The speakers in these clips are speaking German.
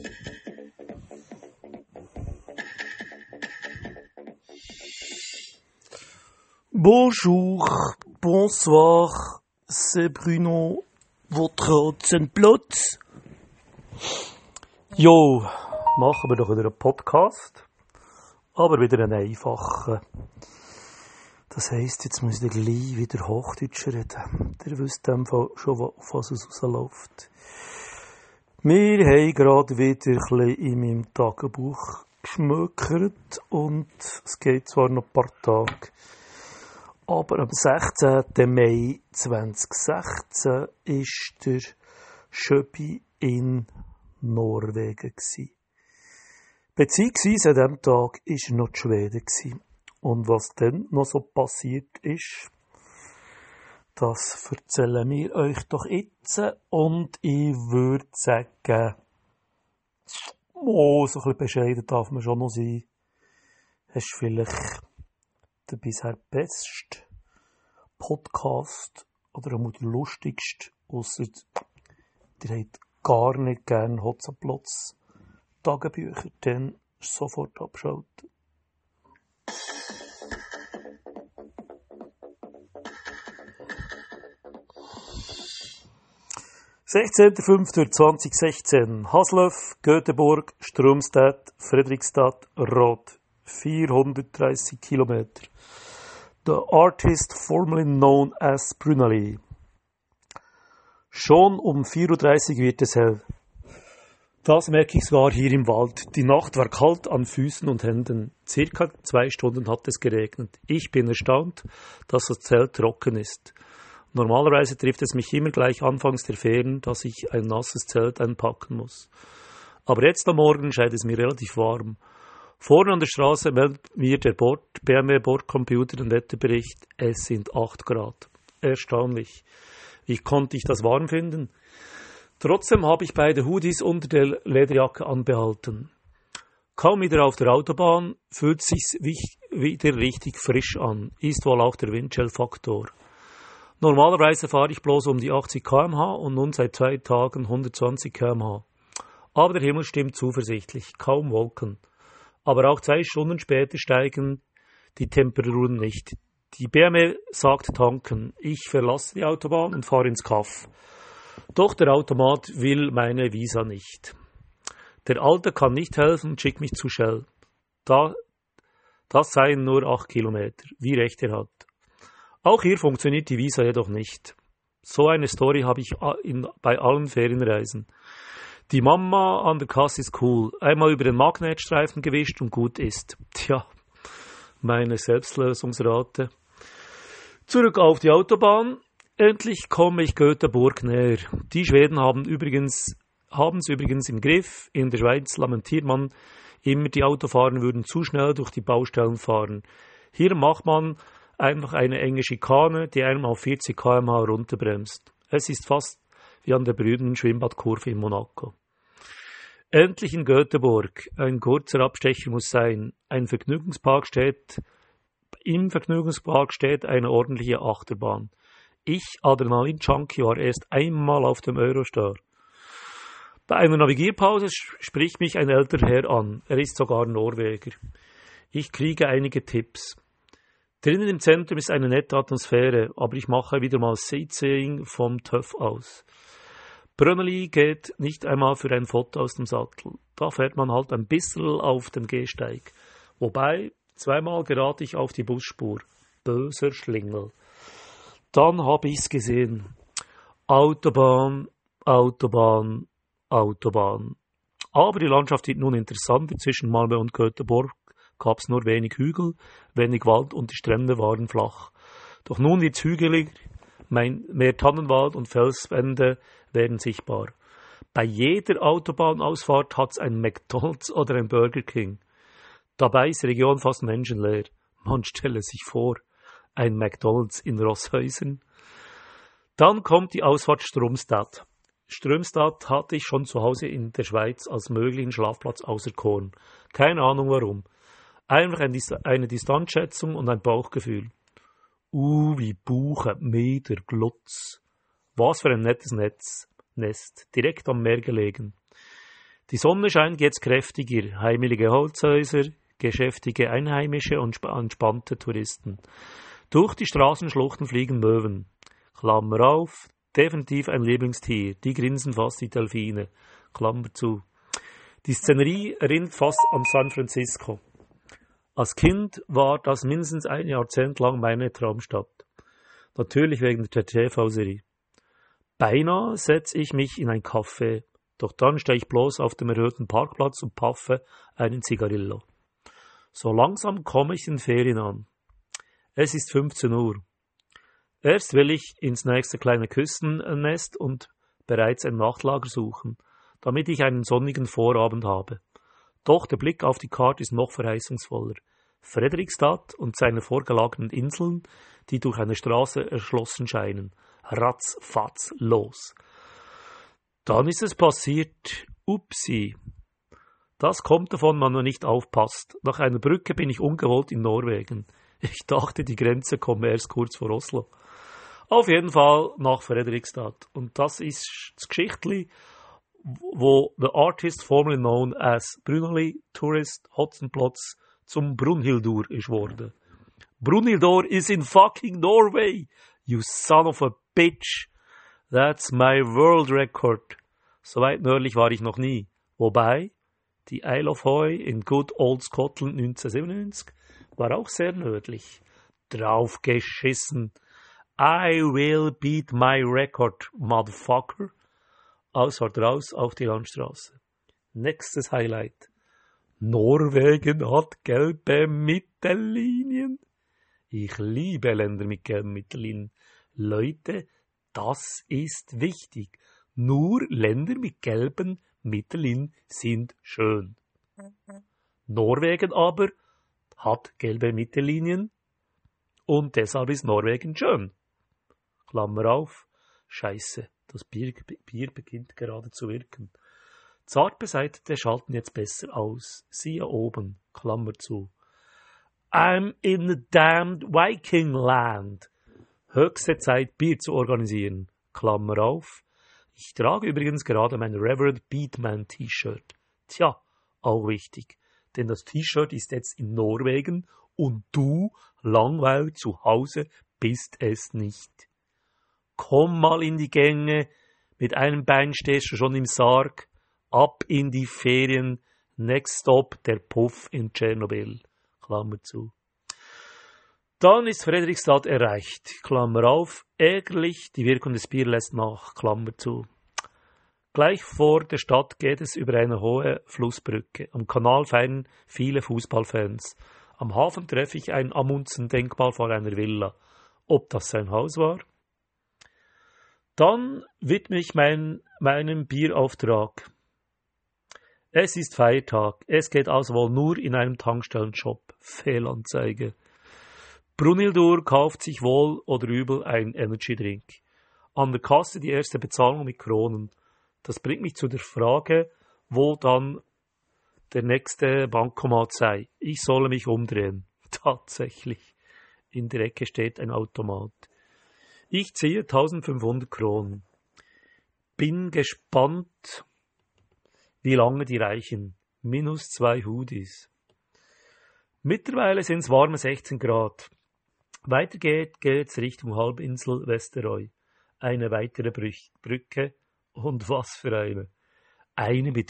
Bonjour, bonsoir, c'est Bruno, votre Hotzenplotz. Jo, machen wir doch wieder einen Podcast, aber wieder einen einfachen. Das heisst, jetzt muss ich gleich wieder Hochdeutsch reden. Ihr wisst in dem Fall schon, auf was es rausläuft. Wir haben gerade wieder ein bisschen in meinem Tagebuch geschmökert und es geht zwar noch ein paar Tage, aber am 16. Mai 2016 war der Schöppi in Norwegen. Beziehungsweise an diesem Tag war er noch in Schweden. Und was dann noch so passiert ist, das erzählen wir euch doch jetzt. Und ich würde sagen, so ein bisschen bescheiden darf man schon noch sein. Hast vielleicht der bisher beste Podcast oder auch der lustigste, ausser ihr habt gar nicht gerne Hotzenplotz Tagebücher, dann sofort abschalten. (16.05.2016) Haslöff, Göteborg, Strömstad, Fredrikstad, Roth. 430 Kilometer. The artist formerly known as Brunelli. Schon um 4.30 Uhr wird es hell. Das merke ich sogar hier im Wald. Die Nacht war kalt an Füßen und Händen. Circa 2 Stunden hat es geregnet. Ich bin erstaunt, dass das Zelt trocken ist. Normalerweise trifft es mich immer gleich anfangs der Ferien, dass ich ein nasses Zelt einpacken muss. Aber jetzt am Morgen scheint es mir relativ warm. Vorne an der Straße meldet mir der BMW Bordcomputer den Wetterbericht, es sind 8 Grad. Erstaunlich. Wie konnte ich das warm finden? Trotzdem habe ich beide Hoodies unter der Lederjacke anbehalten. Kaum wieder auf der Autobahn fühlt sich's wieder richtig frisch an. Ist wohl auch der Windchill-Faktor. Normalerweise fahre ich bloß um die 80 km/h und nun seit 2 Tagen 120 km/h. Aber der Himmel stimmt zuversichtlich, kaum Wolken. Aber auch 2 Stunden später steigen die Temperaturen nicht. Die BMW sagt tanken. Ich verlasse die Autobahn und fahre ins Kaff. Doch der Automat will meine Visa nicht. Der Alte kann nicht helfen und schickt mich zu Shell. Das seien nur 8 Kilometer, wie recht er hat. Auch hier funktioniert die Visa jedoch nicht. So eine Story habe ich bei allen Ferienreisen. Die Mama an der Kasse ist cool. Einmal über den Magnetstreifen gewischt und gut ist. Tja, meine Selbstlösungsrate. Zurück auf die Autobahn. Endlich komme ich Göteborg näher. Die Schweden haben es übrigens im Griff. In der Schweiz lamentiert man immer, die Autofahrer würden zu schnell durch die Baustellen fahren. Hier macht man einfach eine enge Schikane, die einem auf 40 km/h runterbremst. Es ist fast wie an der berühmten Schwimmbadkurve in Monaco. Endlich in Göteborg. Ein kurzer Abstecher muss sein. Im Vergnügungspark steht eine ordentliche Achterbahn. Ich, Adrenalin-Junkie, war erst einmal auf dem Eurostar. Bei einer Navigierpause spricht mich ein älterer Herr an. Er ist sogar Norweger. Ich kriege einige Tipps. Drinnen im Zentrum ist eine nette Atmosphäre, aber ich mache wieder mal Sightseeing vom TÜV aus. Brunelli geht nicht einmal für ein Foto aus dem Sattel. Da fährt man halt ein bisschen auf dem Gehsteig. Wobei, 2-mal gerate ich auf die Busspur. Böser Schlingel. Dann habe ich's gesehen. Autobahn, Autobahn, Autobahn. Aber die Landschaft wird nun interessanter. Zwischen Malmö und Göteborg gab's nur wenig Hügel, wenig Wald und die Strände waren flach. Doch nun wird's hügeliger, mehr Tannenwald und Felswände werden sichtbar. Bei jeder Autobahnausfahrt hat's ein McDonald's oder ein Burger King. Dabei ist die Region fast menschenleer. Man stelle sich vor, ein McDonald's in Rosshäusern. Dann kommt die Ausfahrt Strömstad. Strömstad hatte ich schon zu Hause in der Schweiz als möglichen Schlafplatz auserkoren. Keine Ahnung warum. Einfach eine Distanzschätzung und ein Bauchgefühl. Wie Buche, Meter, Glotz. Was für ein nettes Nest, direkt am Meer gelegen. Die Sonne scheint jetzt kräftiger, heimelige Holzhäuser, geschäftige Einheimische und entspannte Touristen. Durch die Straßenschluchten fliegen Möwen. Klammer auf, definitiv ein Lieblingstier, die grinsen fast wie Delfine. Klammer zu. Die Szenerie erinnert fast an San Francisco. Als Kind war das mindestens ein Jahrzehnt lang meine Traumstadt. Natürlich wegen der TV-Serie. Beinahe setze ich mich in ein Café, doch dann stehe ich bloß auf dem erhöhten Parkplatz und paffe einen Zigarillo. So langsam komme ich in Ferien an. Es ist 15 Uhr. Erst will ich ins nächste kleine Küstennest und bereits ein Nachtlager suchen, damit ich einen sonnigen Vorabend habe. Doch der Blick auf die Karte ist noch verheißungsvoller. Fredrikstad und seine vorgelagerten Inseln, die durch eine Straße erschlossen scheinen. Ratzfatz los. Dann ist es passiert. Upsi. Das kommt davon, wenn man nur nicht aufpasst. Nach einer Brücke bin ich ungewollt in Norwegen. Ich dachte, die Grenze komme erst kurz vor Oslo. Auf jeden Fall nach Fredrikstad. Und das ist das Geschichtli, wo the artist formerly known as Brunelli Tourist Hotzenplotz zum Brunhildur ist worden. Brunhildur is in fucking Norway, you son of a bitch. That's my world record. So weit nördlich war ich noch nie. Wobei, die Isle of Hoy in Good Old Scotland 1997 war auch sehr nördlich. Draufgeschissen. I will beat my record, motherfucker. Ausfahrt raus auf die Landstraße. Nächstes Highlight. Norwegen hat gelbe Mittellinien. Ich liebe Länder mit gelben Mittellinien. Leute, das ist wichtig. Nur Länder mit gelben Mittellinien sind schön. Norwegen aber hat gelbe Mittellinien und deshalb ist Norwegen schön. Klammer auf. Scheiße, das Bier beginnt gerade zu wirken. Zart beseitete schalten jetzt besser aus. Siehe oben, Klammer zu. I'm in the damned Viking land. Höchste Zeit, Bier zu organisieren. Klammer auf. Ich trage übrigens gerade mein Reverend Beatman T-Shirt. Tja, auch wichtig. Denn das T-Shirt ist jetzt in Norwegen und du, langweil zu Hause, bist es nicht. Komm mal in die Gänge, mit einem Bein stehst du schon im Sarg, ab in die Ferien, next stop der Puff in Tschernobyl, Klammer zu. Dann ist Fredrikstad erreicht, Klammer auf, ärgerlich, die Wirkung des Bier lässt nach, Klammer zu. Gleich vor der Stadt geht es über eine hohe Flussbrücke. Am Kanal feiern viele Fußballfans. Am Hafen treffe ich ein Amundsen-Denkmal vor einer Villa. Ob das sein Haus war? Dann widme ich meinem Bierauftrag. Es ist Feiertag. Es geht also wohl nur in einem Tankstellenshop. Fehlanzeige. Brunhildur kauft sich wohl oder übel ein Energy-Drink. An der Kasse die erste Bezahlung mit Kronen. Das bringt mich zu der Frage, wo dann der nächste Bankomat sei. Ich solle mich umdrehen. Tatsächlich. In der Ecke steht ein Automat. Ich ziehe 1500 Kronen. Bin gespannt, wie lange die reichen. -2 Hoodies. Mittlerweile sind es warme 16 Grad. Weiter geht's Richtung Halbinsel Westerøy. Eine weitere Brücke. Und was für eine. Eine mit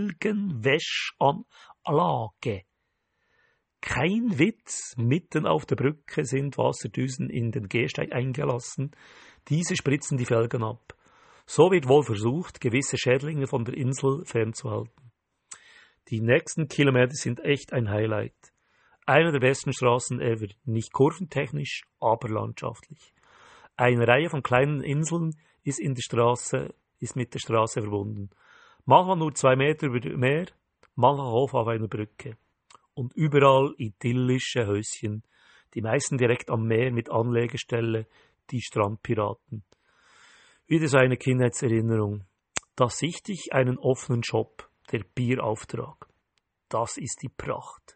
Felgenwäschanlage. Kein Witz, mitten auf der Brücke sind Wasserdüsen in den Gehsteig eingelassen. Diese spritzen die Felgen ab. So wird wohl versucht, gewisse Schädlinge von der Insel fernzuhalten. Die nächsten Kilometer sind echt ein Highlight. Eine der besten Straßen ever. Nicht kurventechnisch, aber landschaftlich. Eine Reihe von kleinen Inseln ist mit der Straße verbunden. Manchmal nur 2 Meter über dem Meer, manchmal hoch auf einer Brücke. Und überall idyllische Häuschen, die meisten direkt am Meer mit Anlegestelle, die Strandpiraten. Wieder so eine Kindheitserinnerung. Da sichte ich einen offenen Shop, der Bierauftrag. Das ist die Pracht.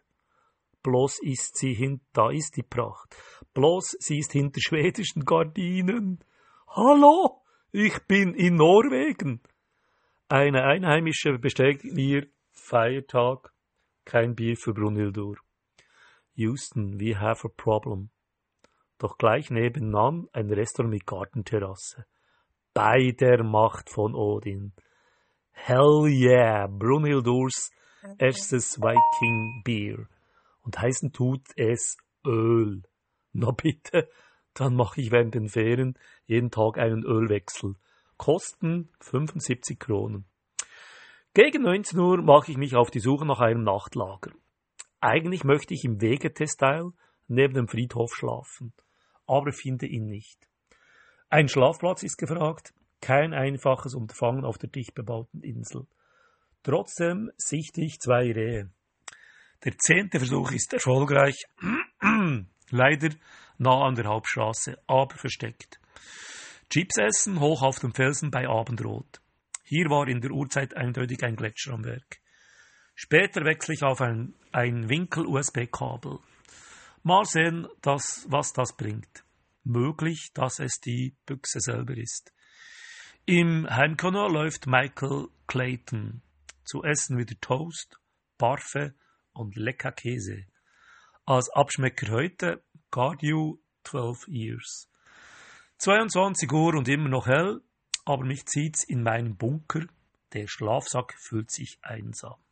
Da ist die Pracht. Bloß sie ist hinter schwedischen Gardinen. Hallo, ich bin in Norwegen. Eine Einheimische bestellt mir Feiertag kein Bier für Brunhildur. Houston, we have a problem. Doch gleich nebenan ein Restaurant mit Gartenterrasse. Bei der Macht von Odin. Hell yeah, Brunhildurs erstes Viking Bier. Und heißen tut es Öl. Na bitte, dann mache ich während den Ferien jeden Tag einen Ölwechsel. Kosten 75 Kronen. Gegen 19 Uhr mache ich mich auf die Suche nach einem Nachtlager. Eigentlich möchte ich im Vegete-Style neben dem Friedhof schlafen, aber finde ihn nicht. Ein Schlafplatz ist gefragt, kein einfaches Unterfangen auf der dicht bebauten Insel. Trotzdem sichte ich 2 Rehe. Der 10. Versuch ist erfolgreich, leider nah an der Hauptstraße, aber versteckt. Chips essen, hoch auf dem Felsen bei Abendrot. Hier war in der Urzeit eindeutig ein Gletscher am Werk. Später wechsle ich auf ein Winkel-USB-Kabel. Mal sehen, was das bringt. Möglich, dass es die Büchse selber ist. Im Heimkanal läuft Michael Clayton. Zu essen wieder Toast, Parfait und lecker Käse. Als Abschmecker heute Gardew 12 Years. 22 Uhr und immer noch hell, aber mich zieht's in meinen Bunker. Der Schlafsack fühlt sich einsam.